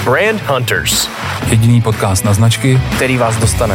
Brand Hunters. Jediný podcast na značky, který vás dostane.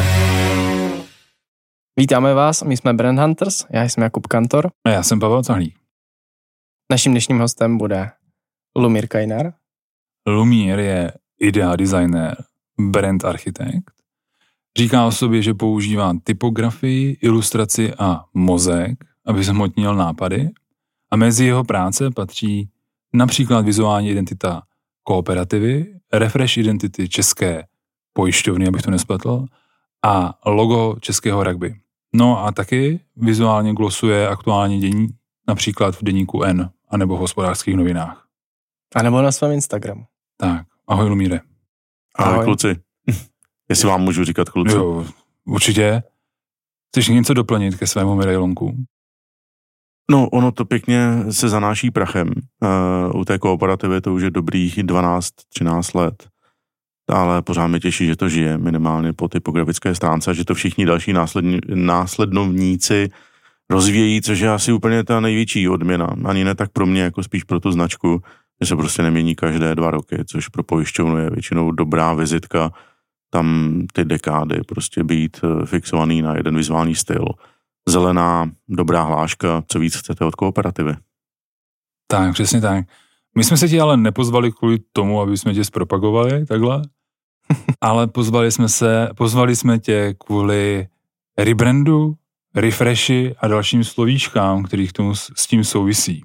Vítáme vás, my jsme Brand Hunters, já jsem Jakub Kantor. A já jsem Pavel Cahlík. Naším dnešním hostem bude Lumír Kajnar. Lumír je idea designer, brand architekt. Říká o sobě, že používá typografii, ilustraci a mozek, aby zhmotnil nápady. A mezi jeho práce patří například vizuální identita Kooperativy, refresh identity České pojišťovny, abych to nespletl, a logo českého rugby. No a taky vizuálně glosuje aktuální dění, například v deníku N, anebo v Hospodářských novinách. A nebo na svém Instagramu. Tak, ahoj Lumíre. Ahoj kluci. Jestli vám můžu říkat kluci. Jo, určitě. Chceš něco doplnit ke svému medailonku? No, ono to pěkně se zanáší prachem. U té Kooperativy to už je dobrých 12-13 let. Ale pořád mě těší, že to žije minimálně po typografické stránce a že to všichni další následovníci rozvíjejí, což je asi úplně ta největší odměna. Ani ne tak pro mě, jako spíš pro tu značku, že se prostě nemění každé 2 roky, což pro pojišťovnu je většinou dobrá vizitka. Tam ty dekády prostě být fixovaný na jeden vizuální styl. Zelená, dobrá hláška, co víc chcete od Kooperativy. Tak, přesně tak. My jsme se tě ale nepozvali kvůli tomu, aby jsme tě zpropagovali, takhle, ale pozvali jsme tě kvůli rebrandu, refreshi a dalším slovíčkám, který s tím souvisí.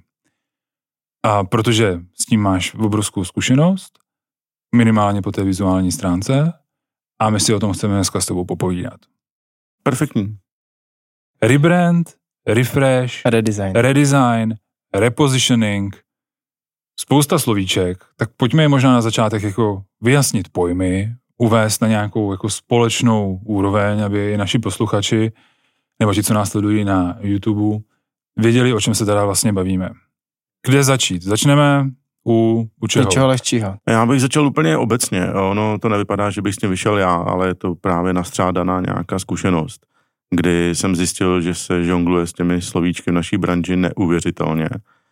A protože s tím máš obrovskou zkušenost, minimálně po té vizuální stránce, a my si o tom chceme dneska s tebou popovídat. Perfektní. Rebrand, refresh, redesign, repositioning, spousta slovíček, tak pojďme je možná na začátek jako vyjasnit pojmy, uvést na nějakou jako společnou úroveň, aby i naši posluchači, nebo ti, co nás sledují na YouTube, věděli, o čem se teda vlastně bavíme. Kde začít? Začneme u čeho? Něčeho lehčího. Já bych začal úplně obecně. Ono to nevypadá, že bych s tím vyšel já, ale je to právě nastřádaná nějaká zkušenost, kdy jsem zjistil, že se žongluje s těmi slovíčky v naší branži neuvěřitelně.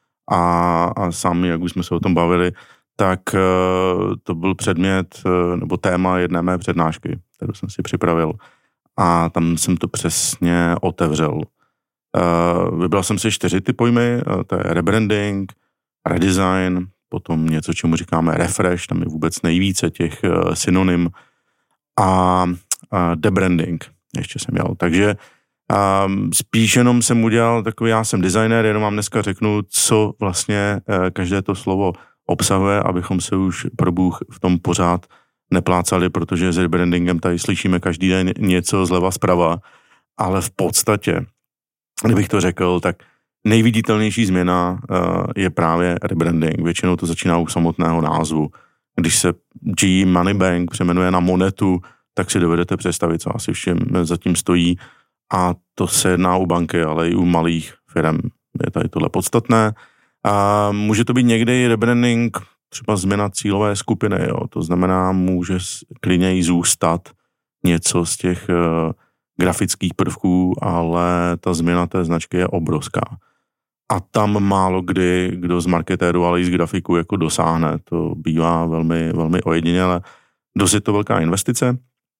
A sami, jak už jsme se o tom bavili, tak to byl předmět nebo téma jedné mé přednášky, kterou jsem si připravil. A tam jsem to přesně otevřel. Vybral jsem si 4 ty pojmy, to je rebranding, redesign, potom něco, čemu říkáme refresh, tam je vůbec nejvíce těch synonym, a debranding ještě jsem měl. Takže spíš jenom jsem udělal takový, já jsem designer, jenom vám dneska řeknu, co vlastně každé to slovo obsahuje, abychom se už pro Bůh v tom pořád neplácali, protože s rebrandingem tady slyšíme každý den něco zleva zprava, ale v podstatě, kdybych to řekl, tak nejviditelnější změna je právě rebranding. Většinou to začíná u samotného názvu. Když se GE Moneybank přeměnuje na Monetu, tak si dovedete představit, co asi všem zatím stojí. A to se jedná u banky, ale i u malých firm je tady tohle podstatné. A může to být někdy rebranding, třeba změna cílové skupiny, jo. To znamená, může klidně i zůstat něco z těch grafických prvků, ale ta změna té značky je obrovská. A tam málo kdo z marketéru, ale i z grafiku jako dosáhne. To bývá velmi, velmi ojedinělé. Dost je to velká investice.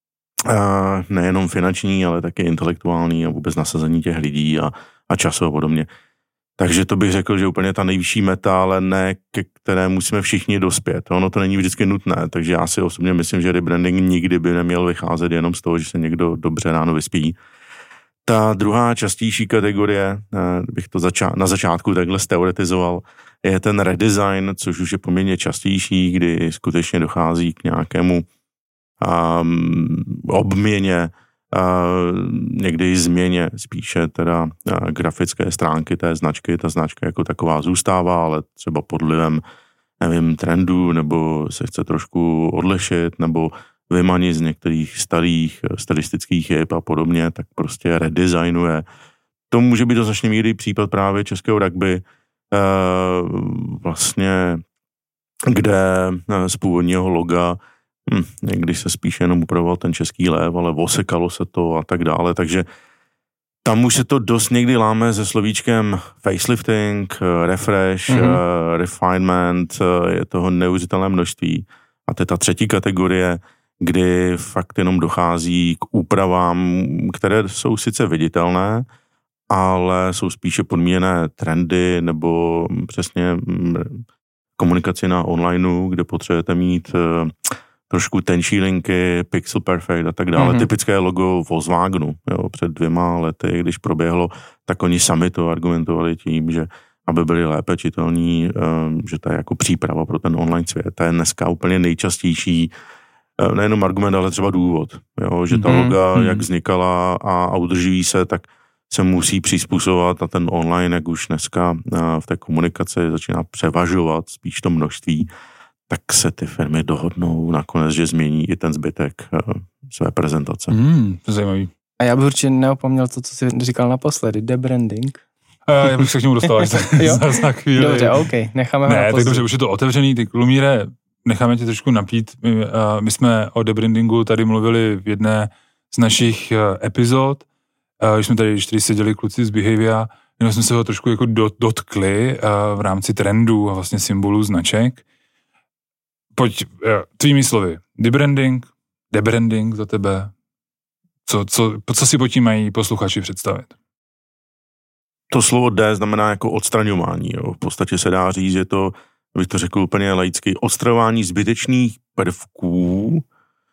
Nejenom finanční, ale také intelektuální a vůbec nasazení těch lidí a času a podobně. Takže to bych řekl, že úplně ta nejvyšší meta, ale ne, ke které musíme všichni dospět. Ono to není vždycky nutné, takže já si osobně myslím, že rebranding nikdy by neměl vycházet jenom z toho, že se někdo dobře ráno vyspí. Ta druhá častější kategorie, bych to na začátku takhle steoretizoval, je ten redesign, což už je poměrně častější, kdy skutečně dochází k nějakému obměně, někdy změně spíše teda grafické stránky té značky. Ta značka jako taková zůstává, ale třeba pod vlivem, nevím, trendů, nebo se chce trošku odlišit, nebo vymanit z některých starých stylistických chyb a podobně, tak prostě redesignuje. To může být do značné míry případ právě českého rugby, vlastně, kde z původního loga někdy se spíše jenom upravoval ten český lev, ale osekalo se to a tak dále, takže tam už se to dost někdy láme se slovíčkem facelifting, refresh, refinement, je toho neuvěřitelné množství A to je ta třetí kategorie, kdy fakt jenom dochází k úpravám, které jsou sice viditelné, ale jsou spíše podmíněné trendy nebo přesně komunikaci na onlineu, kde potřebujete mít trošku tenčí linky, pixel perfect a tak dále. Typické logo Volkswagenu. Jo, před 2 lety, když proběhlo, tak oni sami to argumentovali tím, že aby byli lépe čitelní, že to je jako příprava pro ten online svět. To je dneska úplně nejčastější nejenom argument, ale třeba důvod. Jo, že ta loga, jak vznikala a udržují se, tak se musí přizpůsobovat a ten online, jak už dneska v té komunikaci začíná převažovat spíš to množství, tak se ty firmy dohodnou nakonec, že změní i ten zbytek své prezentace. To je zajímavý. A já bych určitě neopomněl to, co jsi říkal naposledy, debranding. Já bych se k němu dostal až za chvíli. Dobře, OK, necháme ho Ne, tak dobře, už je to otevřený. Ty Lumíre, necháme tě trošku napít. My jsme o debrandingu tady mluvili v jedné z našich epizod, když jsme tady 4 seděli kluci z Behavia, jenom jsme se ho trošku jako dotkli v rámci trendů a vlastně symbolů značek. Pojď tvými slovy. Debranding za tebe. Co si pod tím mají posluchači představit? To slovo D znamená jako odstraňování. Jo. V podstatě se dá říct, že to, bych to řekl úplně laicky, odstraňování zbytečných prvků,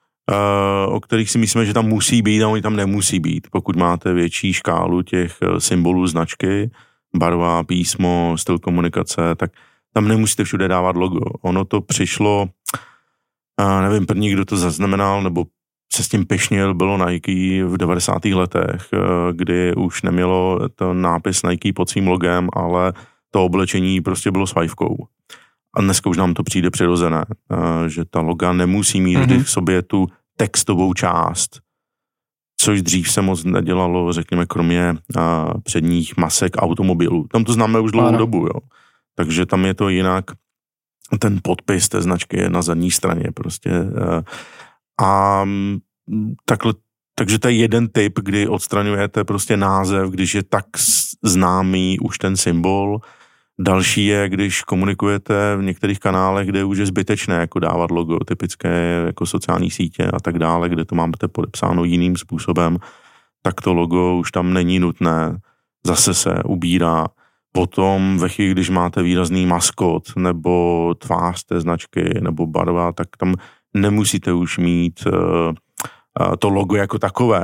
o kterých si myslíme, že tam musí být a oni tam nemusí být. Pokud máte větší škálu těch symbolů značky, barva, písmo, styl komunikace, tak tam nemusíte všude dávat logo. Ono to přišlo, nevím, první, kdo to zaznamenal, nebo se s tím pyšnil, bylo Nike v 90. letech, kdy už nemělo to nápis Nike pod svým logem, ale to oblečení prostě bylo s fajfkou. A dneska už nám to přijde přirozené, že ta loga nemusí mít vždy v sobě tu textovou část, což dřív se moc nedělalo, řekněme, kromě předních masek automobilů. Tam to známe už dlouhou dobu, jo. Takže tam je to jinak. Ten podpis té značky je na zadní straně prostě. A takhle, takže to je jeden typ, kdy odstraňujete prostě název, když je tak známý už ten symbol. Další je, když komunikujete v některých kanálech, kde už je zbytečné jako dávat logo, typické jako sociální sítě a tak dále, kde to máte podepsáno jiným způsobem, tak to logo už tam není nutné, zase se ubírá. Potom ve chvíli, když máte výrazný maskot nebo tvář té značky nebo barva, tak tam nemusíte už mít to logo jako takové.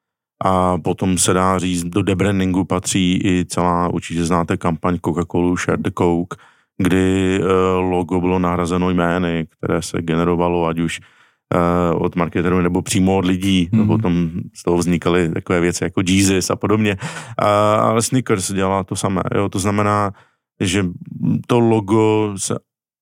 A potom se dá říct, do debrandingu patří i celá, určitě znáte kampaň Coca-Cola Share the Coke, kdy logo bylo nahrazeno jmény, které se generovalo ať už od marketerů nebo přímo od lidí. Potom z toho vznikaly takové věci jako Jesus a podobně. Ale Snickers dělá to samé. Jo? To znamená, že to logo se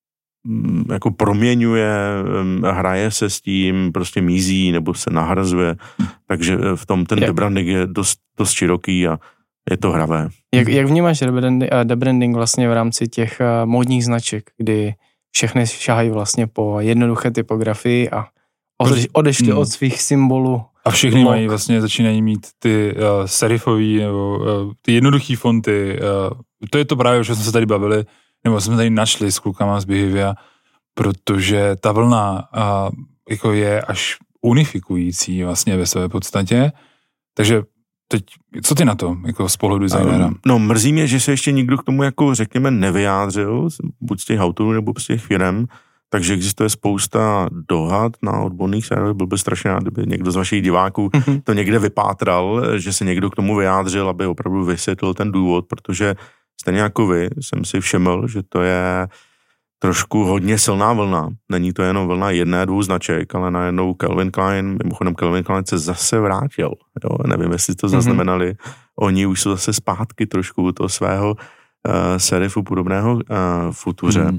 jako proměňuje, hraje se s tím, prostě mizí nebo se nahrazuje, takže v tom ten debranding je dost široký a je to hravé. Jak vnímáš debranding vlastně v rámci těch módních značek, kdy všechny šahají vlastně po jednoduché typografii a odešli od svých symbolů? A všechny mají vlastně, začínají mít ty serifový nebo ty jednoduchý fonty. To je to právě, o čem jsme se tady bavili, nebo jsme tady našli s klukama z Behavia, protože ta vlna jako je až unifikující vlastně ve své podstatě. Takže teď, co ty na to, jako z pohledu designéra? No, mrzí mě, že se ještě nikdo k tomu, jako řekněme, nevyjádřil, buď z těch autorů nebo z těch firem, takže existuje spousta dohad na odborných serverech. Byl by strašně rád, kdyby někdo z vašich diváků to někde vypátral, že se někdo k tomu vyjádřil, aby opravdu vysvětlil ten důvod, protože stejně jako vy jsem si všiml, že to je trošku hodně silná vlna. Není to jenom vlna 1-2 značek, ale najednou Calvin Klein, mimochodem Calvin Klein se zase vrátil. Jo? Nevím, jestli to zaznamenali. Oni už jsou zase zpátky trošku toho svého serifu podobného futuře.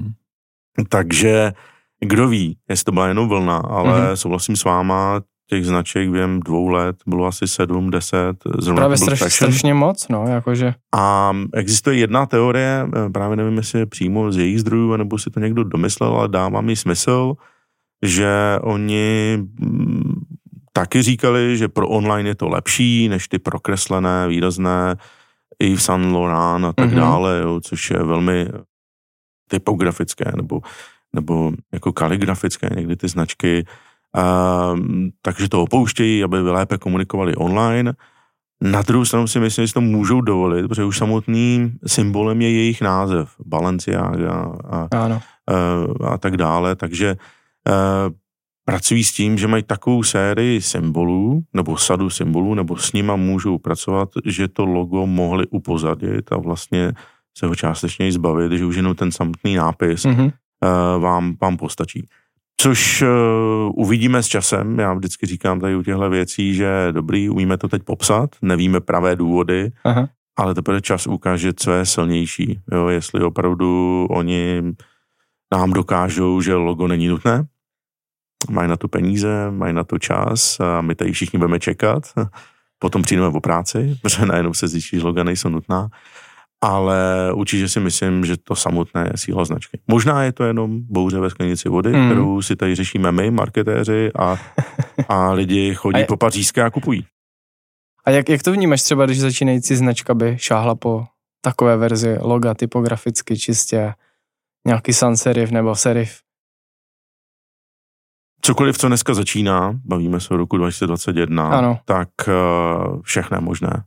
Takže kdo ví, jestli to byla jenom vlna, ale souhlasím s váma, těch značek během 2 let bylo asi 7, 10. Právě strašně moc, no, jakože. A existuje jedna teorie, právě nevím, jestli je přímo z jejich zdrojů, nebo si to někdo domyslel, ale dává mi smysl, že oni taky říkali, že pro online je to lepší, než ty prokreslené, výrazné Yves Saint Laurent a tak dále, jo, což je velmi typografické, nebo nebo jako kaligrafické někdy ty značky, takže to opouštějí, aby lépe komunikovali online. Na druhou stranu si myslím, že si to můžou dovolit, protože už samotným symbolem je jejich název, Balenciaga a tak dále, takže pracují s tím, že mají takovou sérii symbolů, nebo sadu symbolů, nebo s nima můžou pracovat, že to logo mohli upozadit a vlastně se ho částečně zbavit, že už jenom ten samotný nápis vám postačí. Což uvidíme s časem, já vždycky říkám tady u těchto věcí, že dobrý, umíme to teď popsat, nevíme pravé důvody, ale teprve čas ukáže, co je silnější, jo, jestli opravdu oni nám dokážou, že logo není nutné, mají na to peníze, mají na to čas a my tady všichni budeme čekat, potom přijdeme o práci, protože najednou se zjistí, že loga nejsou nutná, ale určitě si myslím, že to samotné je síla značky. Možná je to jenom bouře ve sklenici vody, kterou si tady řešíme my, marketéři, a lidi chodí po Pařížské a kupují. A jak to vnímáš třeba, když začínající značka by šáhla po takové verzi loga typograficky čistě, nějaký sans serif nebo serif? Cokoliv, co dneska začíná, bavíme se o roku 2021, ano. Tak všechno je možné.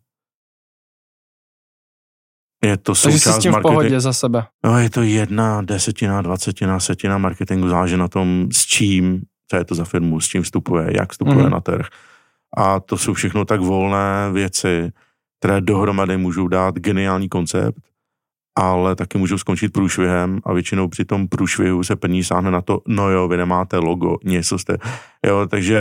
Je to součást takže jsi s tím v pohodě za sebe. No, je to 1, 10, 20, setina marketingu, záleží na tom, s čím, co je to za firmu, s čím vstupuje, jak vstupuje na trh. A to jsou všechno tak volné věci, které dohromady můžou dát geniální koncept, ale taky můžou skončit průšvihem a většinou při tom průšvihu se první sáhne na to, no jo, vy nemáte logo, něco jste, jo, takže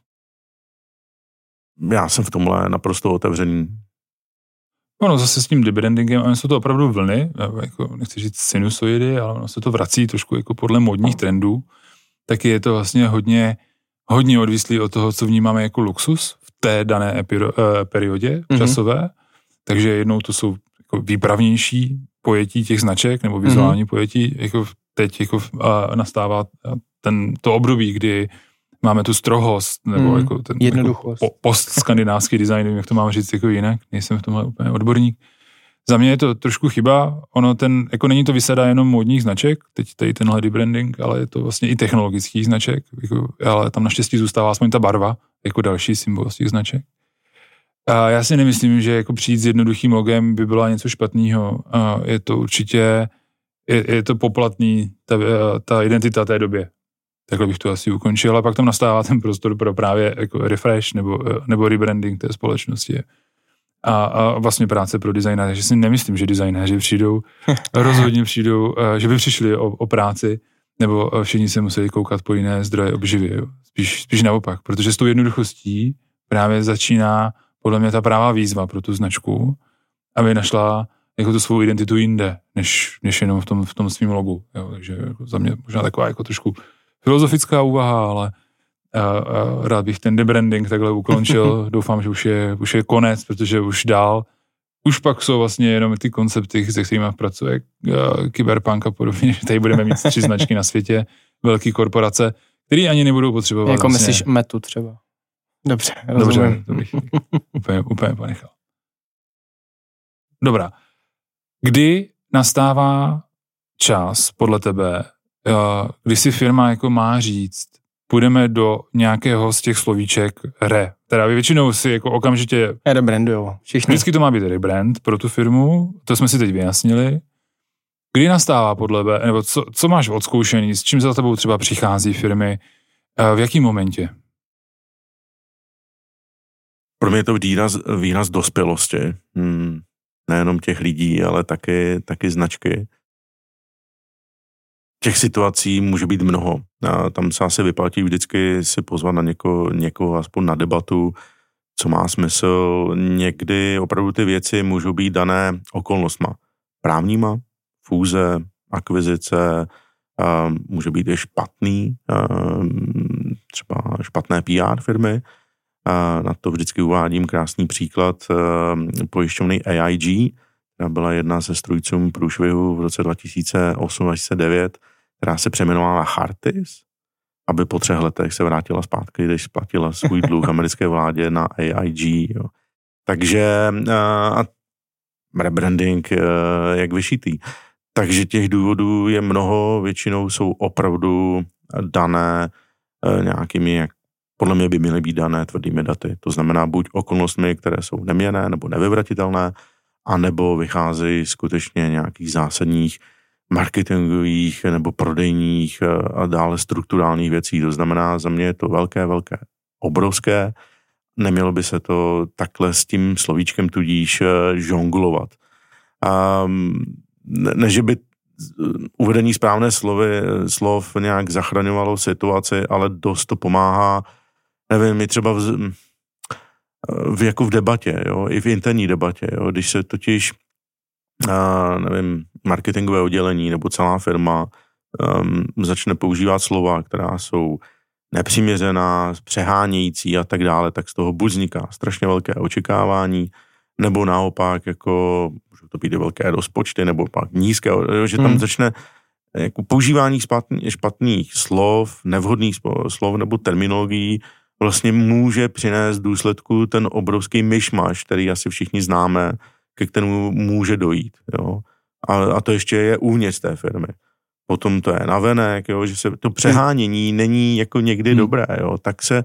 já jsem v tomhle naprosto otevřený. Ono zase s tím rebrandingem, ono jsou to opravdu vlny, jako nechci říct sinusoidy, ale ono se to vrací trošku jako podle modních trendů, taky je to vlastně hodně odvislý od toho, co vnímáme jako luxus v té dané periodě časové, takže jednou to jsou jako výpravnější pojetí těch značek nebo vizuální pojetí, jako teď jako nastává to období, kdy máme tu strohost, nebo jako ten jednoduchost. Jako post-skandinávský design, nevím, jak to mám říct jako jinak, nejsem v tomhle úplně odborník. Za mě je to trošku chyba, jako není to vysada jenom módních značek, teď tady tenhle rebranding, ale je to vlastně i technologických značek, jako, ale tam naštěstí zůstává aspoň ta barva, jako další symbol z těch značek. A já si nemyslím, že jako přijít s jednoduchým logem by bylo něco špatného. Je to určitě, je to poplatný, ta identita té době. Takhle bych to asi ukončil, a pak tam nastává ten prostor pro právě jako refresh nebo rebranding té společnosti. A vlastně práce pro designéry, že si nemyslím, že designéři rozhodně přijdou, že by přišli o práci, nebo všichni se museli koukat po jiné zdroje obživy. Jo. Spíš naopak, protože s tou jednoduchostí právě začíná podle mě ta prává výzva pro tu značku, aby našla jako tu svou identitu jinde, než jenom v tom svým logu. Jo. Takže jako za mě možná taková jako trošku filozofická úvaha, ale rád bych ten rebranding takhle ukončil. Doufám, že už je konec, protože už pak jsou vlastně jenom ty koncepty, se kterými pracuje Cyberpunk a podobně, že tady budeme mít 3 značky na světě, velké korporace, které ani nebudou potřebovat. Jako vlastně. Myslíš Metu třeba? Dobře, rozumím. To bych úplně ponechal. Dobrá. Kdy nastává čas, podle tebe, kdy si firma jako má říct, půjdeme do nějakého z těch slovíček teda většinou si jako okamžitě rebrandujou. Vždycky to má být rebrand pro tu firmu, to jsme si teď vyjasnili. Kdy nastává podle tebe, nebo co máš odzkoušený, s čím za tebou třeba přichází firmy, v jakém momentě? Pro mě je to výraz dospělosti. Nejenom těch lidí, ale taky značky. Těch situací může být mnoho. A tam se asi vyplatí vždycky si pozvat na někoho aspoň na debatu, co má smysl. Někdy opravdu ty věci můžou být dané okolnostma právníma, fúze, akvizice, může být i špatný, třeba špatné PR firmy. Na to vždycky uvádím krásný příklad pojišťovny AIG, která byla jedna ze strůjců průšvihu v roce 2008-2009, která se přejmenovala Heartis, aby po 3 letech se vrátila zpátky, když splatila svůj dluh americké vládě na AIG. Jo. Takže rebranding jak vyšitý. Takže těch důvodů je mnoho, většinou jsou opravdu dané nějakými, jak podle mě by měly být dané tvrdými daty. To znamená buď okolnostmi, které jsou neměnné nebo nevyvratitelné, anebo vycházejí skutečně nějakých zásadních marketingových nebo prodejních a dále strukturálních věcí. To znamená, za mě je to velké, obrovské. Nemělo by se to takhle s tím slovíčkem tudíž žonglovat. Ne, že by uvedení správné slov nějak zachraňovalo situaci, ale dost to pomáhá, nevím, i třeba jako v debatě, jo, i v interní debatě, jo, když se totiž nevím, marketingové oddělení nebo celá firma začne používat slova, která jsou nepřiměřená, přehánějící a tak dále, tak z toho buď vzniká strašně velké očekávání, nebo naopak jako můžou to být i velké rozpočty, nebo pak nízké, že tam začne jako používání špatných slov, nevhodných slov nebo terminologií vlastně může přinést důsledku ten obrovský myšmaš, který asi všichni známe, ke kterému může dojít. Jo? A to ještě je uvnitř té firmy. Potom to je navenek, jo? Že se to přehánění není jako někdy dobré. Jo? Tak se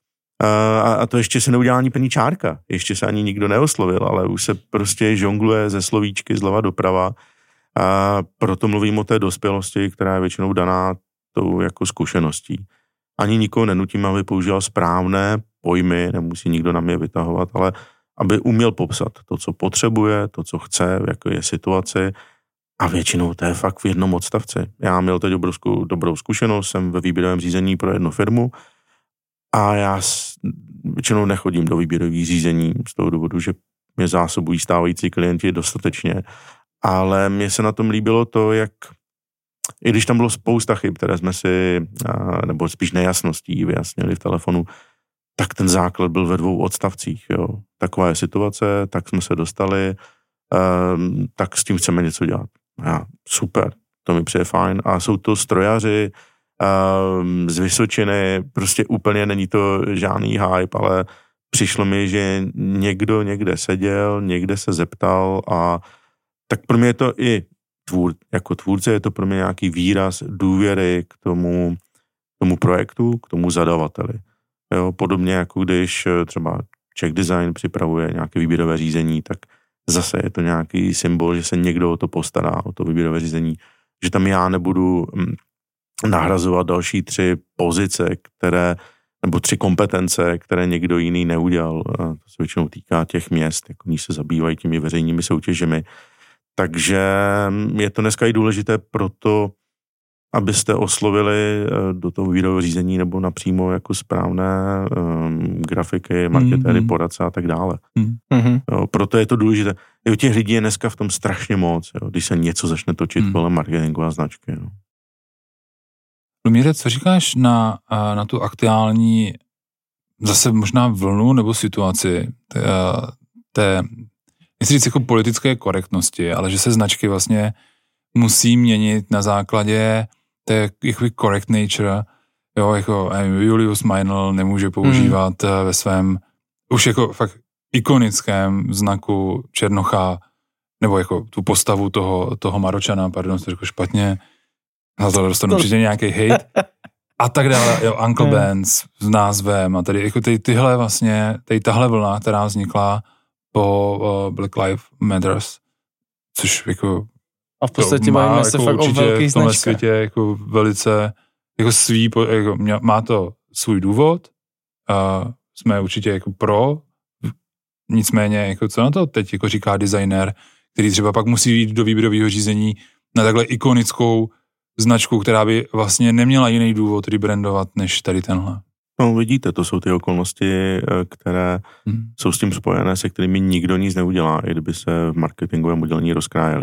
a to ještě se neudělá ani první čárka. Ještě se ani nikdo neoslovil, ale už se prostě žongluje ze slovíčky zleva doprava. A proto mluvím o té dospělosti, která je většinou daná tou jako zkušeností. Ani nikoho nenutím, aby používal správné pojmy, nemusí nikdo na mě vytahovat, ale aby uměl popsat to, co potřebuje, to, co chce, jako je situaci, a většinou to je fakt v jednom odstavci. Já měl teď dobrou zkušenost, jsem ve výběrovém řízení pro jednu firmu a já většinou nechodím do výběrových řízení z toho důvodu, že mě zásobují stávající klienti dostatečně, ale mně se na tom líbilo to, jak i když tam bylo spousta chyb, které jsme si, nebo spíš nejasností vyjasnili v telefonu, tak ten základ byl ve 2 odstavcích. Jo. Taková je situace, tak jsme se dostali, tak s tím chceme něco dělat. Ja, super, to mi přijde fajn. A jsou to strojaři z Vysočiny, prostě úplně není to žádný hype, ale přišlo mi, že někdo někde seděl, někde se zeptal a tak pro mě je to i jako tvůrce je to pro mě nějaký výraz důvěry k tomu projektu, k tomu zadavateli. Jo, podobně jako když třeba Czech Design připravuje nějaké výběrové řízení, tak zase je to nějaký symbol, že se někdo o to postará, o to výběrové řízení, že tam já nebudu nahrazovat další 3 pozice, nebo 3 kompetence, které někdo jiný neudělal. A to se většinou týká těch měst, jako ní se zabývají těmi veřejnými soutěžemi. Takže je to dneska i důležité proto, abyste oslovili do toho výběrového řízení nebo napřímo jako správné grafiky, marketéry, poradce a tak dále. Jo, proto je to důležité. I u těch lidí je dneska v tom strašně moc, jo, když se něco začne točit kolem marketingu a značky. Jo. Lumíre, co říkáš na tu aktuální zase možná vlnu nebo situaci té nechci říct jako politické korektnosti, ale že se značky vlastně musí měnit na základě té jako correct nature, jo, jako Julius Meinl nemůže používat ve svém už jako fakt ikonickém znaku Černocha, nebo jako tu postavu toho Maročana, pardon, to řekl špatně, za to dostanu určitě nějaký hate, a tak dále, jo, Uncle Ben's s názvem a tady jako tyhle vlastně, tahle vlna, která vznikla po Black Lives Matters, což jako a v podstatě máme se fakt o velký v tomhle světě jako velice jako jako má to svůj důvod, jsme určitě jako pro, nicméně jako co na to teď jako říká designer, který třeba pak musí jít do výběrového řízení na takhle ikonickou značku, která by vlastně neměla jiný důvod rebrandovat než tady tenhle. No vidíte, to jsou ty okolnosti, které jsou s tím spojené, se kterými nikdo nic neudělá, i kdyby se v marketingovém oddělení rozkrájeli.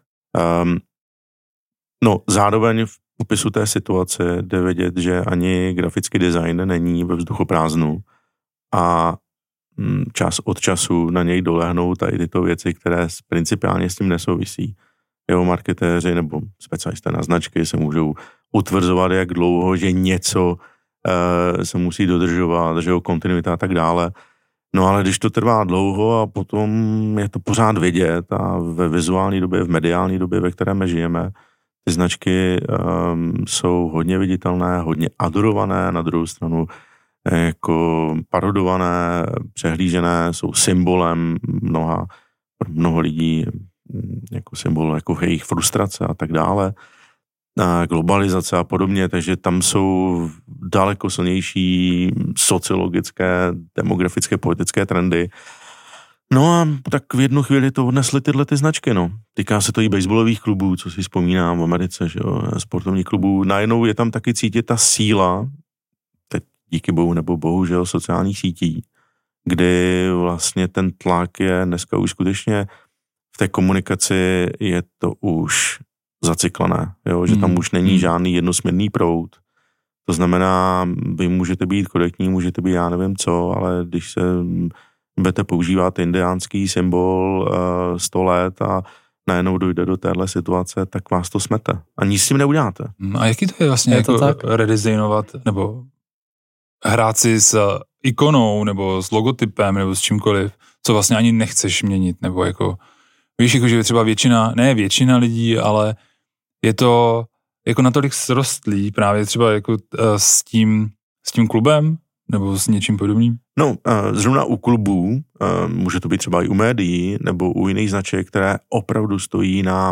No zároveň v popisu té situace jde vidět, že ani grafický design není ve vzduchoprázdnu a čas od času na něj dolehnou tady tyto věci, které principiálně s tím nesouvisí. Jeho marketéři nebo specialisté na značky se můžou utvrzovat, jak dlouho, že něco se musí dodržovat, že jo, kontinuita a tak dále. No ale když to trvá dlouho a potom je to pořád vidět a ve vizuální době, v mediální době, ve které my žijeme, ty značky jsou hodně viditelné, hodně adorované, na druhou stranu jako parodované, přehlížené, jsou symbolem mnoho lidí, jako symbol jako jejich frustrace a tak dále, globalizace a podobně, takže tam jsou daleko silnější sociologické, demografické, politické trendy. No a tak v jednu chvíli to odnesly tyhle ty značky, no. Týká se to i baseballových klubů, co si vzpomínám v Americe, že jo, sportovních klubů. Najednou je tam taky cítit ta síla, teď díky bohu nebo bohužel sociálních sítí, kdy vlastně ten tlak je dneska už skutečně v té komunikaci je to už zacyklené, jo, že tam už není žádný jednosměrný proud. To znamená, vy můžete být korektní, můžete být já nevím co, ale když se budete používat indiánský symbol 100 let a najednou dojde do téhle situace, tak vás to smete. A nic s tím neuděláte. A jaký to je vlastně jako redesignovat, nebo hrát si s ikonou, nebo s logotypem, nebo s čímkoliv, co vlastně ani nechceš měnit, nebo jako, víš, jako, že třeba většina lidí, ale je to jako natolik srostlý právě třeba jako s tím klubem, nebo s něčím podobným? No, zrovna u klubů, může to být třeba i u médií, nebo u jiných značek, které opravdu stojí na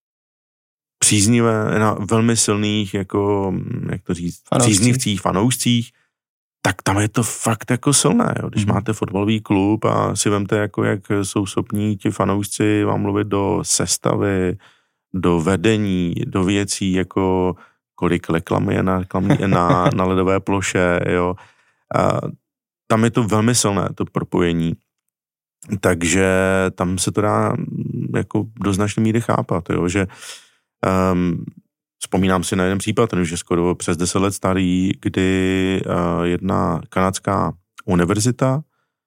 na velmi silných, jako, jak to říct, příznivcích, fanoušcích, tak tam je to fakt jako silné. Jo. Když máte fotbalový klub a si vemte, jako, jak jsou schopní ti fanoušci vám mluvit do sestavy, do vedení, do věcí, jako kolik reklamy je na ledové ploše, jo. A tam je to velmi silné, to propojení. Takže tam se to dá jako do značné míry chápat, jo, že vzpomínám si na jeden případ, ten už je skoro přes 10 let starý, kdy jedna kanadská univerzita,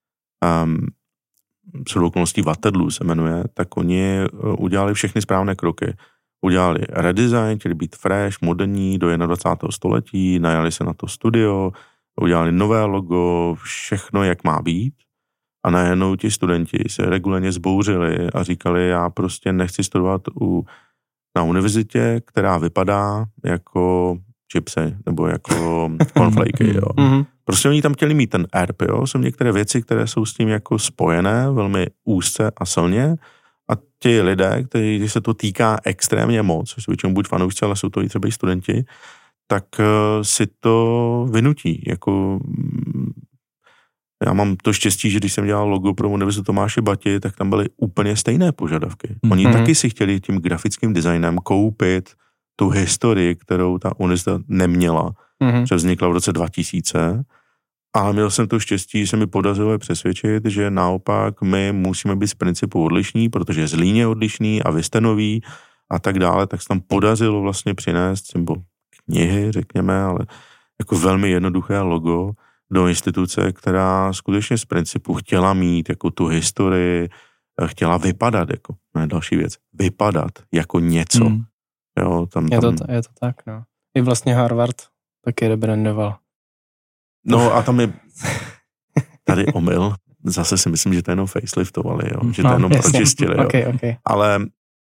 shodou okolností Waterloo se jmenuje, tak oni udělali všechny správné kroky. Udělali redesign, chtěli být fresh, moderní do 21. století, najali se na to studio, udělali nové logo, všechno, jak má být. A najednou ti studenti se regulérně zbouřili a říkali, já prostě nechci studovat na univerzitě, která vypadá jako chipsy nebo jako cornflakey, jo. Prostě oni tam chtěli mít ten ERP, jo. Jsou některé věci, které jsou s tím jako spojené velmi úzce a silně a ti lidé, kteří se to týká extrémně moc, jsou většinou buď fanoušci, ale jsou to i třeba i studenti, tak si to vynutí, jako já mám to štěstí, že když jsem dělal logo pro Univerzitu Tomáše Bati, tak tam byly úplně stejné požadavky. Oni taky si chtěli tím grafickým designem koupit tu historii, kterou ta univerzita neměla, že vznikla v roce 2000, ale měl jsem to štěstí, že se mi podařilo je přesvědčit, že naopak my musíme být z principu odlišní, protože Zlín je odlišný a vy jste noví a tak dále, tak se tam podařilo vlastně přinést symbol knihy, řekněme, ale jako velmi jednoduché logo do instituce, která skutečně z principu chtěla mít jako tu historii, chtěla vypadat jako, ne další věc, vypadat jako něco. Jo, je to tak, no. I vlastně Harvard taky rebrandoval. No a tam je tady omyl. Zase si myslím, že to jenom faceliftovali, jo. Že to jenom pročistili, jo. Okay. Ale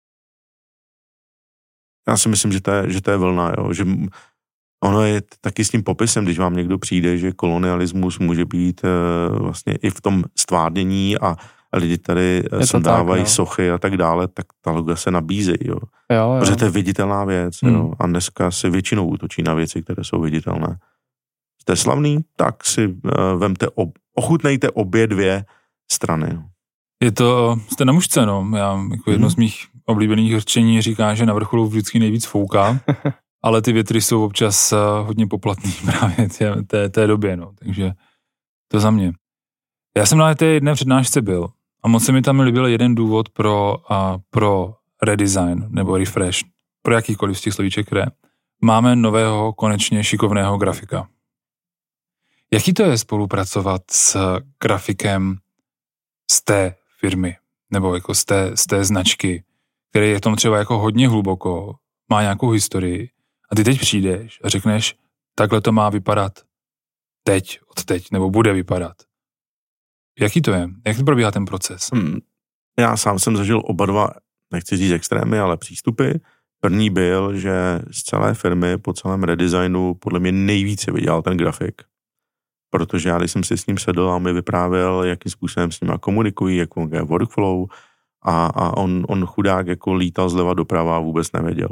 já si myslím, že to je vlna, jo. Že ono je taky s tím popisem, když vám někdo přijde, že kolonialismus může být vlastně i v tom stvárnění a lidi tady sundávají sochy a tak dále, tak ta loga se nabízejí, jo. Protože to je viditelná věc, jo. A dneska se většinou útočí na věci, které jsou viditelné. Jste slavný, tak si ochutnejte obě dvě strany. Jste na mužce, no. Já jako jedno z mých oblíbených řečení říká, že na vrcholu vždycky nejvíc fouká, ale ty větry jsou občas hodně poplatný právě té době, no. Takže to za mě. Já jsem na té jedné přednášce byl a moc se mi tam líbil jeden důvod pro redesign nebo refresh, pro jakýkoliv z těch slovíček, které máme nového, konečně šikovného grafika. Jaký to je spolupracovat s grafikem z té firmy, nebo jako z té značky, který je v tom třeba jako hodně hluboko, má nějakou historii a ty teď přijdeš a řekneš, takhle to má vypadat teď, nebo bude vypadat. Jaký to je? Jak to probíhá ten proces? Já sám jsem zažil oba dva, nechci říct extrémy, ale přístupy. První byl, že z celé firmy po celém redesignu podle mě nejvíce vydělal ten grafik. Protože já, když jsem si s ním sedl a mi vyprávěl, jakým způsobem s nima komunikují, jak funguje workflow a on chudák jako lítal zleva doprava a vůbec nevěděl.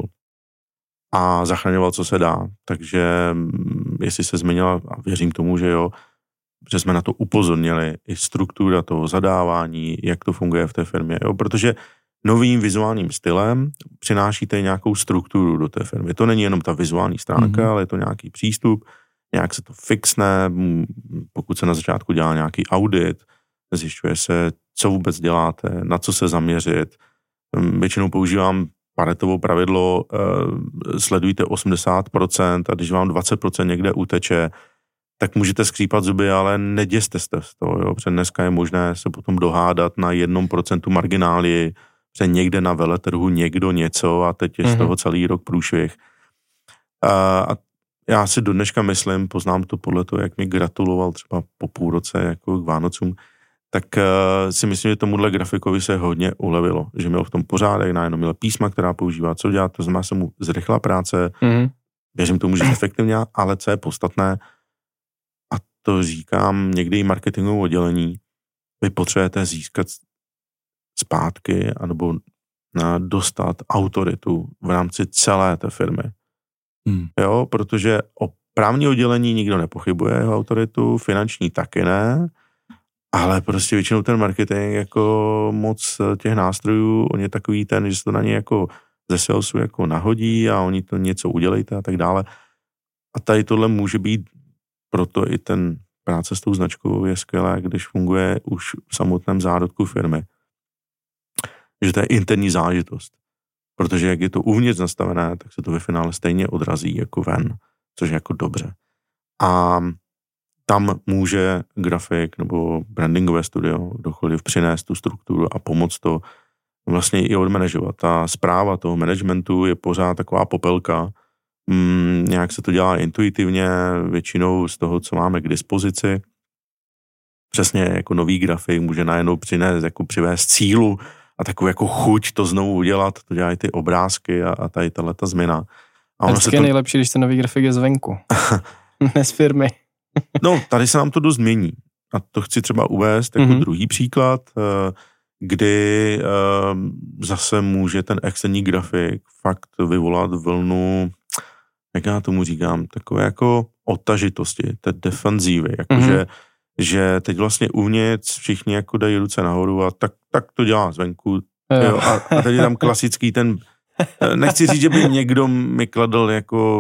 A zachraňoval, co se dá. Takže jestli se změnila, a věřím tomu, že jo, že jsme na to upozornili, i struktura toho zadávání, jak to funguje v té firmě, jo, protože novým vizuálním stylem přinášíte nějakou strukturu do té firmy. To není jenom ta vizuální stránka, ale je to nějaký přístup, nějak se to fixne, pokud se na začátku dělá nějaký audit, zjišťuje se, co vůbec děláte, na co se zaměřit. Většinou používám Paretovo pravidlo, sledujte 80% a když vám 20% někde uteče, tak můžete skřípat zuby, ale neděste se z toho, jo. Protože dneska je možné se potom dohádat na 1% marginály, že někde na veletrhu někdo něco a teď je z toho celý rok průšvih. A já si do dneška myslím, poznám to podle toho, jak mi gratuloval třeba po půl roce jako k Vánocům, tak si myslím, že tomuhle grafikovi se hodně ulevilo, že měl v tom pořádek, najednou měl písma, která používá, co dělat, to znamená se mu zrychla práce, věřím tomu, že efektivně, ale co je podstatné, a to říkám někdy i marketingovou oddělení, vy potřebujete získat zpátky anebo dostat autoritu v rámci celé té firmy. Jo, protože o právní oddělení nikdo nepochybuje jeho autoritu, finanční taky ne, ale prostě většinou ten marketing jako moc těch nástrojů, on je takový ten, že se to na ně jako ze salesu jako nahodí a oni to něco udělejte a tak dále. A tady tohle může být, proto i ten práce s tou značkou je skvělé, když funguje už v samotném zárodku firmy. Že to je interní záležitost. Protože jak je to uvnitř nastavené, tak se to ve finále stejně odrazí jako ven, což je jako dobře. A tam může grafik nebo brandingové studio kdokoliv přinést tu strukturu a pomoct to vlastně i odmanažovat. Ta správa toho managementu je pořád taková popelka, nějak se to dělá intuitivně, většinou z toho, co máme k dispozici. Přesně jako nový grafik může najednou přinést, jako přivést cílu a takovou jako chuť to znovu udělat, to dělají ty obrázky a tady tato změna. A ono je nejlepší, když ten nový grafik je zvenku, ne z firmy. No, tady se nám to dost mění. A to chci třeba uvést jako druhý příklad, kdy zase může ten externí grafik fakt vyvolat vlnu, jak já tomu říkám, takové jako odtažitosti, té defenzívy, jakože že teď vlastně uvnitř všichni jako dají ruce nahoru a tak to dělá zvenku. Jo, a teď je tam klasický ten, nechci říct, že by někdo mi kladl jako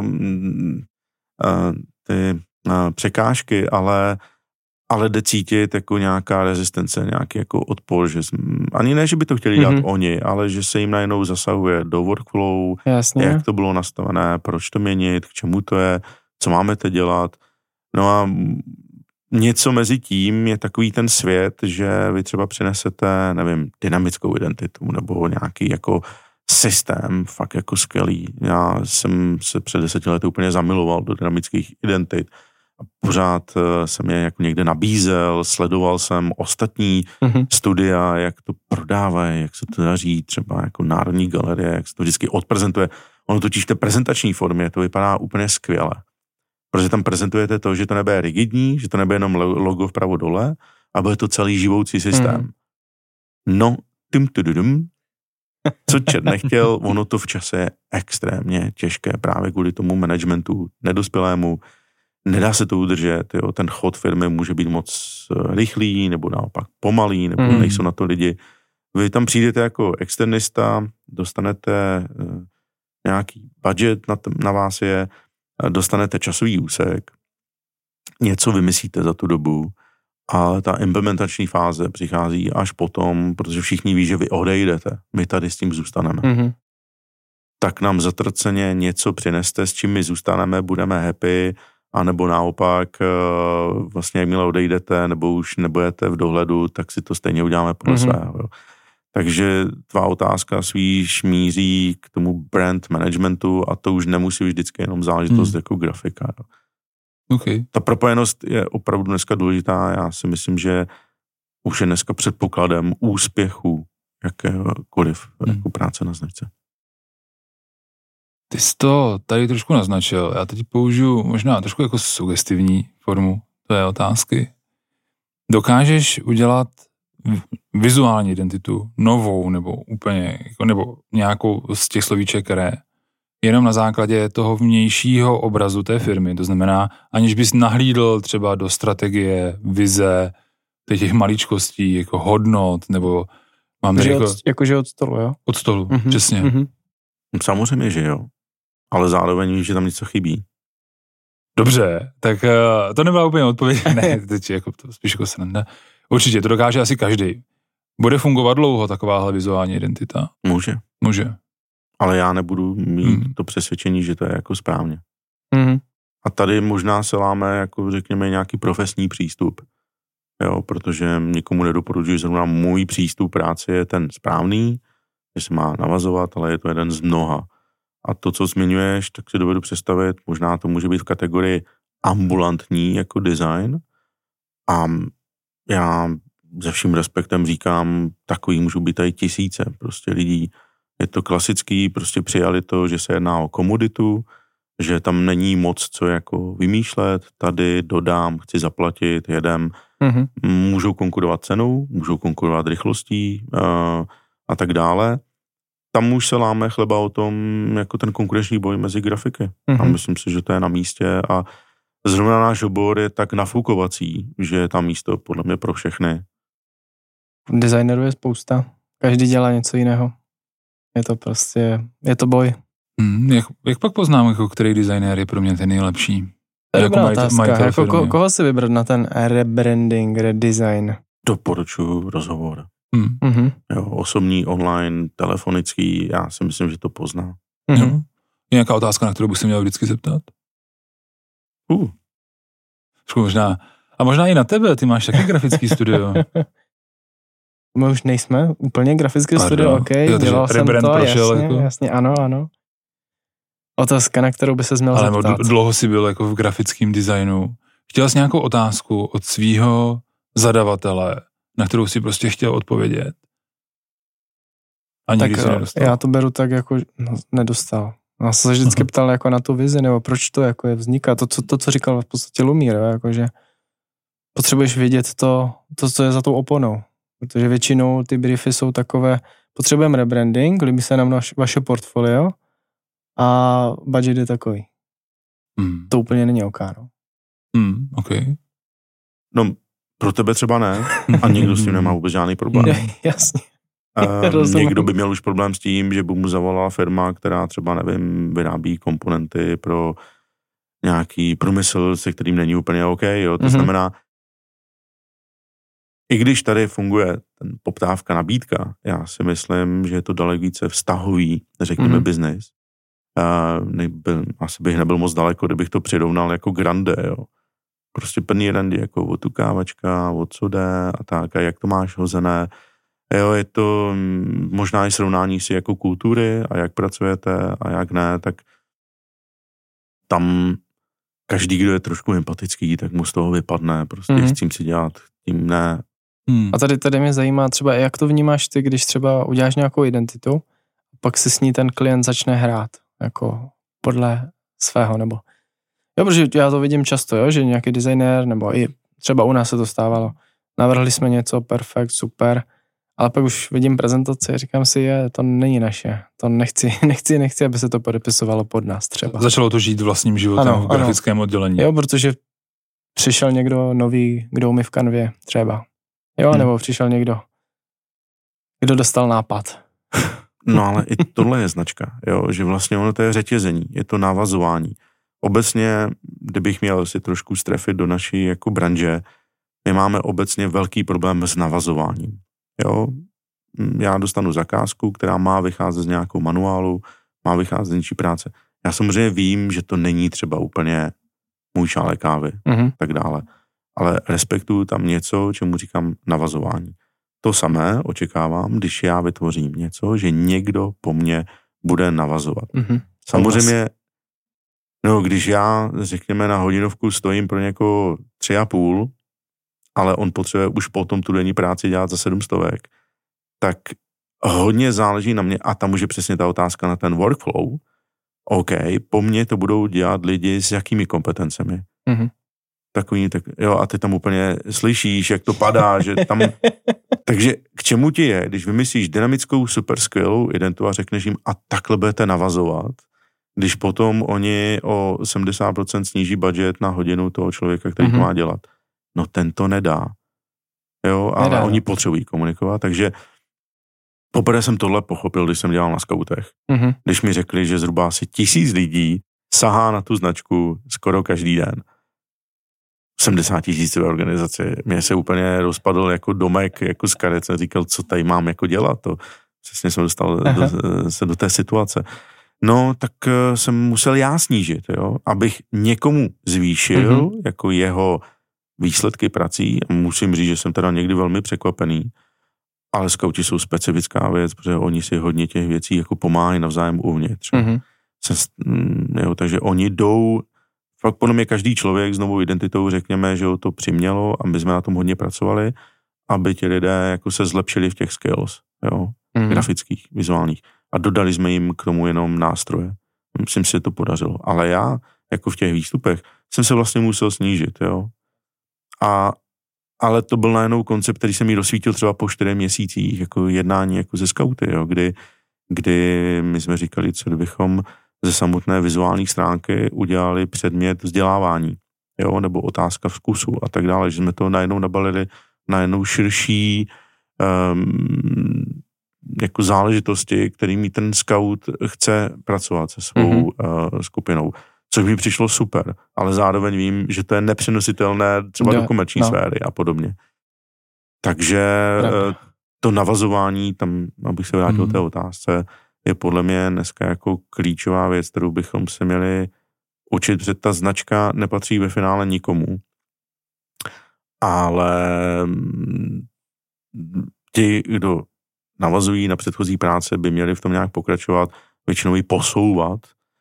ty překážky, ale jde cítit jako nějaká rezistence, nějaký jako odpor, že ani ne, že by to chtěli dělat oni, ale že se jim najednou zasahuje do workflow, jak to bylo nastavené, proč to měnit, k čemu to je, co máme teď dělat. No a něco mezi tím je takový ten svět, že vy třeba přinesete, nevím, dynamickou identitu nebo nějaký jako systém, fakt jako skvělý. Já jsem se před 10 lety úplně zamiloval do dynamických identit a pořád jsem je jako někde nabízel, sledoval jsem ostatní studia, jak to prodávají, jak se to daří, třeba jako Národní galerie, jak se to vždycky odprezentuje. Ono totiž v té prezentační formě to vypadá úplně skvěle. Protože tam prezentujete to, že to nebude rigidní, že to nebude jenom logo vpravo dole, a bude to celý živoucí systém. No, co čert nechtěl, ono to v čase je extrémně těžké právě kvůli tomu managementu nedospělému. Nedá se to udržet, jo. Ten chod firmy může být moc rychlý, nebo naopak pomalý, nebo nejsou na to lidi. Vy tam přijdete jako externista, dostanete nějaký budget na vás je, dostanete časový úsek, něco vymyslíte za tu dobu a ta implementační fáze přichází až potom, protože všichni ví, že vy odejdete, my tady s tím zůstaneme. Tak nám zatrceně něco přineste, s čím my zůstaneme, budeme happy, anebo naopak vlastně jakmile odejdete, nebo už nebudete v dohledu, tak si to stejně uděláme podle svého. Jo. Takže tvá otázka spíš míří k tomu brand managementu a to už nemusí vždycky jenom záležitost jako grafika. Okay. Ta propojenost je opravdu dneska důležitá. Já si myslím, že už je dneska předpokladem úspěchu jakékoliv jako práce na značce. Ty jsi to tady trošku naznačil. Já teď použiju možná trošku jako sugestivní formu tvé otázky. Dokážeš udělat vizuální identitu, novou nebo úplně, nebo nějakou z těch slovíček, které jenom na základě toho vnějšího obrazu té firmy, to znamená, aniž bys nahlídl třeba do strategie, vize, těch maličkostí, jako hodnot, nebo mám jakože od stolu, jo? Od stolu, přesně. Samozřejmě, že jo. Ale zároveň víš, že tam něco chybí. Dobře, tak to nebyla úplně odpověď. Ne, teď jako to spíš jako sranda. Určitě, to dokáže asi každý. Bude fungovat dlouho takováhle vizuální identita? Může. Ale já nebudu mít to přesvědčení, že to je jako správně. A tady možná se láme, jako řekněme, nějaký profesní přístup. Jo, protože nikomu nedoporučuji, zrovna můj přístup práce je ten správný, že se má navazovat, ale je to jeden z mnoha. A to, co zmiňuješ, tak si dovedu představit, možná to může být v kategorii ambulantní jako design. A já se vším respektem říkám, takový můžou být tady tisíce prostě lidí. Je to klasický, prostě přijali to, že se jedná o komoditu, že tam není moc co jako vymýšlet, tady dodám, chci zaplatit, jedem. Můžou konkurovat cenou, můžou konkurovat rychlostí a tak dále. Tam už se láme chleba o tom, jako ten konkurenční boj mezi grafiky. A myslím si, že to je na místě a zrovna náš obor je tak nafukovací, že je tam místo podle mě pro všechny. Designerů je spousta. Každý dělá něco jiného. Je to prostě, je to boj. Jak pak poznám, jako který designér je pro mě ten nejlepší? To je dobrá otázka. Jako koho si vybrat na ten rebranding, redesign? Doporučuji rozhovor. Jo, osobní, online, telefonický, já si myslím, že to pozná. Jo. Je nějaká otázka, na kterou bych se měl vždycky zeptat? Možná i na tebe, ty máš taky grafický studio. My už nejsme úplně grafické studio, ok, dělal jsem to, jasně, ano. Otázka, na kterou by se měl zeptat. Ale dlouho jsi byl jako v grafickém designu. Chtěl jsi nějakou otázku od svýho zadavatele, na kterou si prostě chtěl odpovědět? A nikdy se nedostal. Já to beru tak jako nedostal. Já jsem se vždycky ptal jako na tu vizi, nebo proč to jako je vzniká. To, co říkal v podstatě Lumír, jako že potřebuješ vědět to, co je za tou oponou. Protože většinou ty briefy jsou takové, potřebujeme rebranding, líbí se nám vaše portfolio a budget je takový. To úplně není okáno. Okay. No, pro tebe třeba ne a někdo s tím nemá vůbec žádný problém. Jasně. Někdo by měl už problém s tím, že by mu zavolala firma, která třeba, nevím, vyrábí komponenty pro nějaký průmysl, se kterým není úplně OK. Jo? To znamená, i když tady funguje ten poptávka, nabídka, já si myslím, že je to daleko více vztahový, řekněme, biznis. Asi bych nebyl moc daleko, kdybych to přirovnal jako grande, jo. Prostě plný randy, jako odtukávačka, o co jde a tak, a jak to máš hozené. Jo, je to možná i srovnání si jako kultury a jak pracujete a jak ne, tak tam každý, kdo je trošku empatický, tak mu z toho vypadne, prostě s tím si dělat, tím ne. A tady mě zajímá třeba, jak to vnímáš ty, když třeba uděláš nějakou identitu, pak si s ní ten klient začne hrát, jako podle svého, nebo jo, protože já to vidím často, jo, že nějaký designér, nebo i třeba u nás se to stávalo, navrhli jsme něco, perfekt, super, ale pak už vidím prezentaci a říkám si, to není naše, to nechci, aby se to podepisovalo pod nás třeba. Začalo to žít vlastním životem v grafickém oddělení. Jo, protože přišel někdo nový, kdo umí v kanvě třeba. Jo, nebo přišel někdo, kdo dostal nápad. No ale i tohle je značka, jo, že vlastně ono to je řetězení, je to navazování. Obecně, kdybych měl si trošku strefit do naší jako branže, my máme obecně velký problém s navazováním. Jo, já dostanu zakázku, která má vycházet z nějakou manuálu, má vycházet z něčí práce. Já samozřejmě vím, že to není třeba úplně můj šálek kávy, tak dále. Ale respektuju tam něco, čemu říkám navazování. To samé očekávám, když já vytvořím něco, že někdo po mně bude navazovat. Samozřejmě, no, když já, řekněme, na hodinovku stojím pro někoho 3,5 ale on potřebuje už potom tu denní práci dělat za 700, tak hodně záleží na mě a tam už je přesně ta otázka na ten workflow. OK, po mně to budou dělat lidi s jakými kompetencemi. Mm-hmm. Takový, tak jo, a ty tam úplně slyšíš, jak to padá, že tam... Takže k čemu ti je, když vymyslíš dynamickou, super skvělou identitu a řekneš jim a takhle budete navazovat, když potom oni o 70% sníží budget na hodinu toho člověka, který to má dělat. No ten to nedá. Jo, ale nedá. Oni potřebují komunikovat, takže poprvé jsem tohle pochopil, když jsem dělal na skautech. Když mi řekli, že zhruba asi 1000 lidí sahá na tu značku skoro každý den. 70 000 organizace. Mě se úplně rozpadl jako domek, jako z karet. Jsem říkal, co tady mám jako dělat. To přesně jsem dostal se do té situace. No, tak jsem musel já snížit, jo, abych někomu zvýšil jako jeho výsledky prací. Musím říct, že jsem teda někdy velmi překvapený, ale skauti jsou specifická věc, protože oni si hodně těch věcí jako pomáhají navzájem uvnitř. Jo, takže oni jdou, fakt podle mě každý člověk s novou identitou, řekněme, že ho to přimělo a my jsme na tom hodně pracovali, aby ti lidé jako se zlepšili v těch skills, jo, grafických, vizuálních. A dodali jsme jim k tomu jenom nástroje. Myslím si, že to podařilo. Ale já, jako v těch výstupech, jsem se vlastně musel snížit, jo. Ale to byl najednou koncept, který jsem mi rozsvítil třeba po 4 měsících, jako jednání jako ze skauty, jo, kdy my jsme říkali, co kdybychom ze samotné vizuální stránky udělali předmět vzdělávání, jo, nebo otázka vkusu a tak dále, že jsme to najednou nabalili na jednou širší jako záležitosti, kterými ten scout chce pracovat se svou skupinou. Což mi přišlo super, ale zároveň vím, že to je nepřenositelné třeba do komerční sféry a podobně. Takže to navazování, tam, abych se vrátil té otázce, je podle mě dneska jako klíčová věc, kterou bychom se měli učit, protože ta značka nepatří ve finále nikomu. Ale ti, kdo navazují na předchozí práce, by měli v tom nějak pokračovat, většinou ji posouvat.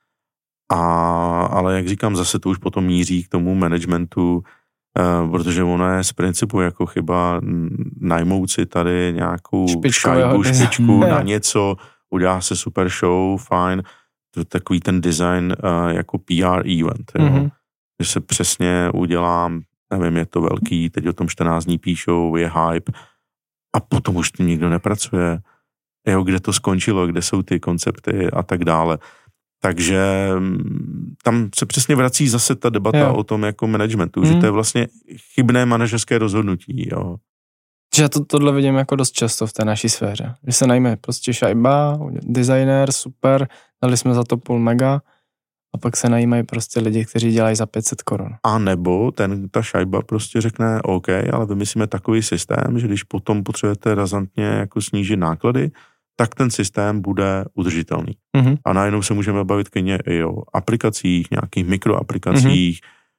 Ale jak říkám, zase to už potom míří k tomu managementu, protože ono je z principu jako chyba najmout si tady nějakou špičku na něco, udělá se super show, fajn, to je takový ten design jako PR event, jo? Že se přesně udělám, nevím, je to velký, teď o tom 14 dní píšou, je hype a potom už tím nikdo nepracuje, jo, kde to skončilo, kde jsou ty koncepty a tak dále. Takže tam se přesně vrací zase ta debata o tom jako managementu, že to je vlastně chybné manažerské rozhodnutí, jo. Že tohle vidím jako dost často v té naší sféře. Že se najme prostě šajba, designer, super, dali jsme za to $500 mega a pak se najímají prostě lidi, kteří dělají za 500 korun. A nebo ta šajba prostě řekne OK, ale vymyslíme takový systém, že když potom potřebujete razantně jako snížit náklady, tak ten systém bude udržitelný. A najednou se můžeme bavit klidně i o aplikacích, nějakých mikroaplikacích,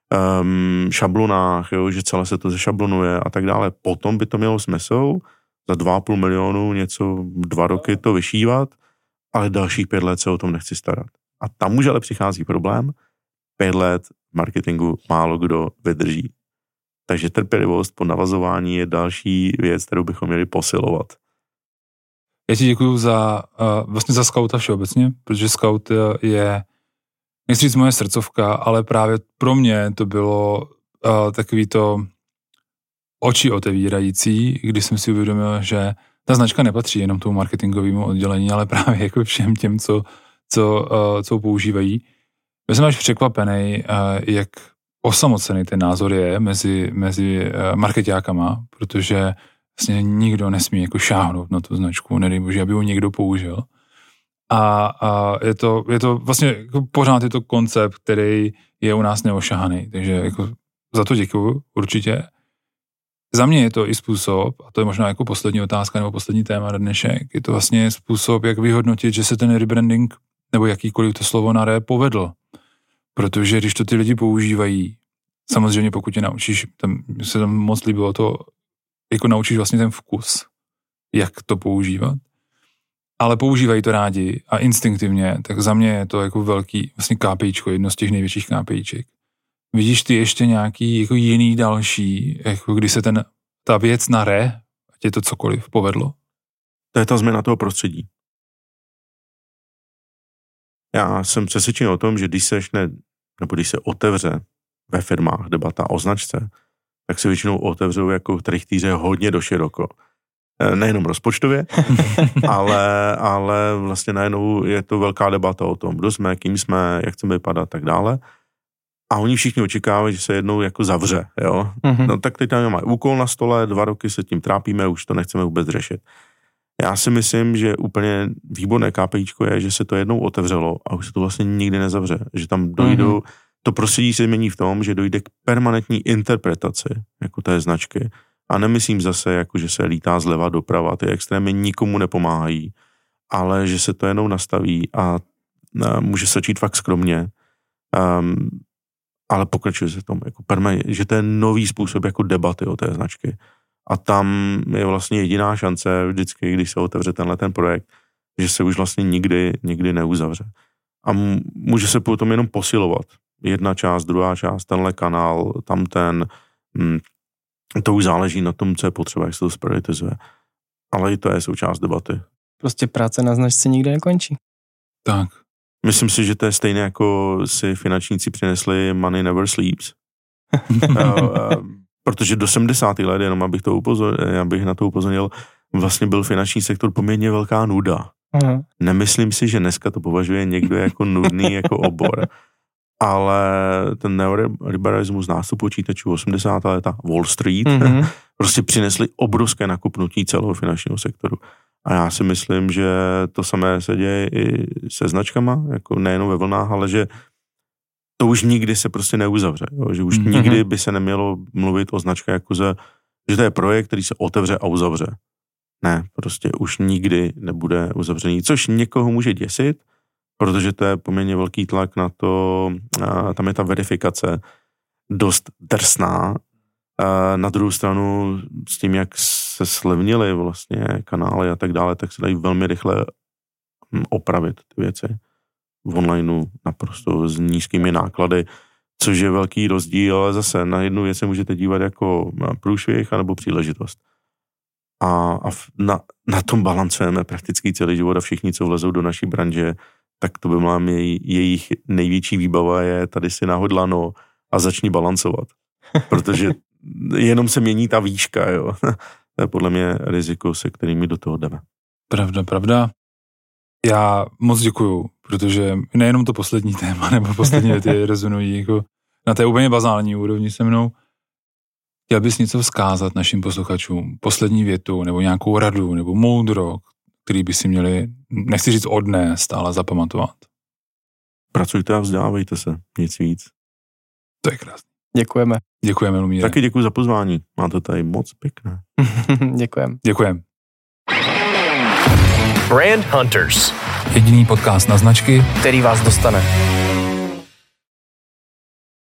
šablonách, jo, že celé se to zešablonuje a tak dále. Potom by to mělo smysl za 2,5 milionu něco 2 roky to vyšívat, ale dalších 5 let se o tom nechci starat. A tam už ale přichází problém. 5 let v marketingu málo kdo vydrží. Takže trpělivost po navazování je další věc, kterou bychom měli posilovat. Já ti děkuju vlastně za skauta všeobecně, protože skaut je, nechci říct moje srdcovka, ale právě pro mě to bylo takový to oči otevírající, když jsem si uvědomil, že ta značka nepatří jenom tomu marketingovému oddělení, ale právě jako všem těm, co používají. Já jsem až překvapený, jak osamocený ten názor je mezi marketákama, protože vlastně nikdo nesmí jako šáhnout na tu značku, nedej bože, aby ho někdo použil. A je to vlastně jako pořád je to koncept, který je u nás neošahaný, takže jako za to děkuju určitě. Za mě je to i způsob, a to je možná jako poslední otázka nebo poslední téma na dnešek, je to vlastně způsob, jak vyhodnotit, že se ten rebranding nebo jakýkoliv to slovo na R povedl. Protože když to ty lidi používají, samozřejmě pokud tě naučíš, se tam moc líbilo to, jako naučíš vlastně ten vkus, jak to používat, ale používají to rádi a instinktivně, tak za mě je to jako velký vlastně KPIčko, jedno z těch největších KPIček. Vidíš ty ještě nějaký jako jiný další, jako kdy se ta věc nare, ať je to cokoliv, povedlo? To je ta změna toho prostředí. Já jsem přesvědčen o tom, že když se otevře ve firmách debata o značce, tak se většinou otevřou jako trichtýře hodně doširoko. Nejenom rozpočtově, ale vlastně najednou je to velká debata o tom, kdo jsme, kým jsme, jak chceme vypadat a tak dále. A oni všichni očekávají, že se jednou jako zavře, jo. No tak teď tam máme úkol na stole, 2 roky se tím trápíme, už to nechceme vůbec řešit. Já si myslím, že úplně výborné KPIčko je, že se to jednou otevřelo a už se to vlastně nikdy nezavře. Že tam dojdou, to prostředí se změní v tom, že dojde k permanentní interpretaci jako té značky. A nemyslím zase, jako že se lítá zleva doprava, ty extrémy nikomu nepomáhají, ale že se to jenom nastaví a může se začít fakt skromně, ale pokračuje se tom, jako že to je nový způsob jako debaty o té značky. A tam je vlastně jediná šance vždycky, když se otevře ten projekt, že se už vlastně nikdy neuzavře. A může se potom jenom posilovat. Jedna část, druhá část, tenhle kanál, tamten, to už záleží na tom, co je potřeba, jak se to prioritizuje. Ale i to je součást debaty. Prostě práce na značce nikdy nekončí. Tak. Myslím si, že to je stejné, jako si finančníci přinesli Money Never Sleeps. Protože do 70. let, jenom abych na to upozornil, vlastně byl finanční sektor poměrně velká nuda. Nemyslím si, že dneska to považuje někdo jako nudný jako obor. Ale ten neoliberalismus, nástup počítačů 80. léta, Wall Street, prostě přinesli obrovské nakupnutí celého finančního sektoru. A já si myslím, že to samé se děje i se značkama, jako nejenom ve vlnách, ale že to už nikdy se prostě neuzavře. Jo? Že už nikdy by se nemělo mluvit o značce jako že to je projekt, který se otevře a uzavře. Ne, prostě už nikdy nebude uzavřený, což někoho může děsit, protože to je poměrně velký tlak na to, tam je ta verifikace dost drsná. Na druhou stranu s tím, jak se slevnily vlastně kanály a tak dále, tak se dají velmi rychle opravit ty věci v onlineu naprosto s nízkými náklady, což je velký rozdíl, ale zase na jednu věc se můžete dívat jako průšvih anebo příležitost. A na tom balancujeme prakticky celý život a všichni, co vlezou do naší branže, tak to by byla jejich největší výbava je tady si nahodlano a začni balancovat. Protože jenom se mění ta výška, jo. To je podle mě riziko, se kterými do toho jdeme. Pravda. Já moc děkuju, protože nejenom to poslední téma nebo poslední věty rezonují jako na té úplně bazální úrovni se mnou. Chtěl bys něco vzkázat našim posluchačům? Poslední větu nebo nějakou radu nebo moudro, který by si měli, nechci říct odnést, ale zapamatovat. Pracujte a vzdělávejte se, nic víc. To je krásné. Děkujeme. Děkujeme, Lumíre. Taky děkuji za pozvání. Máte tady moc pěkné. Děkujeme. Brand Hunters. Jediný podcast na značky, který vás dostane.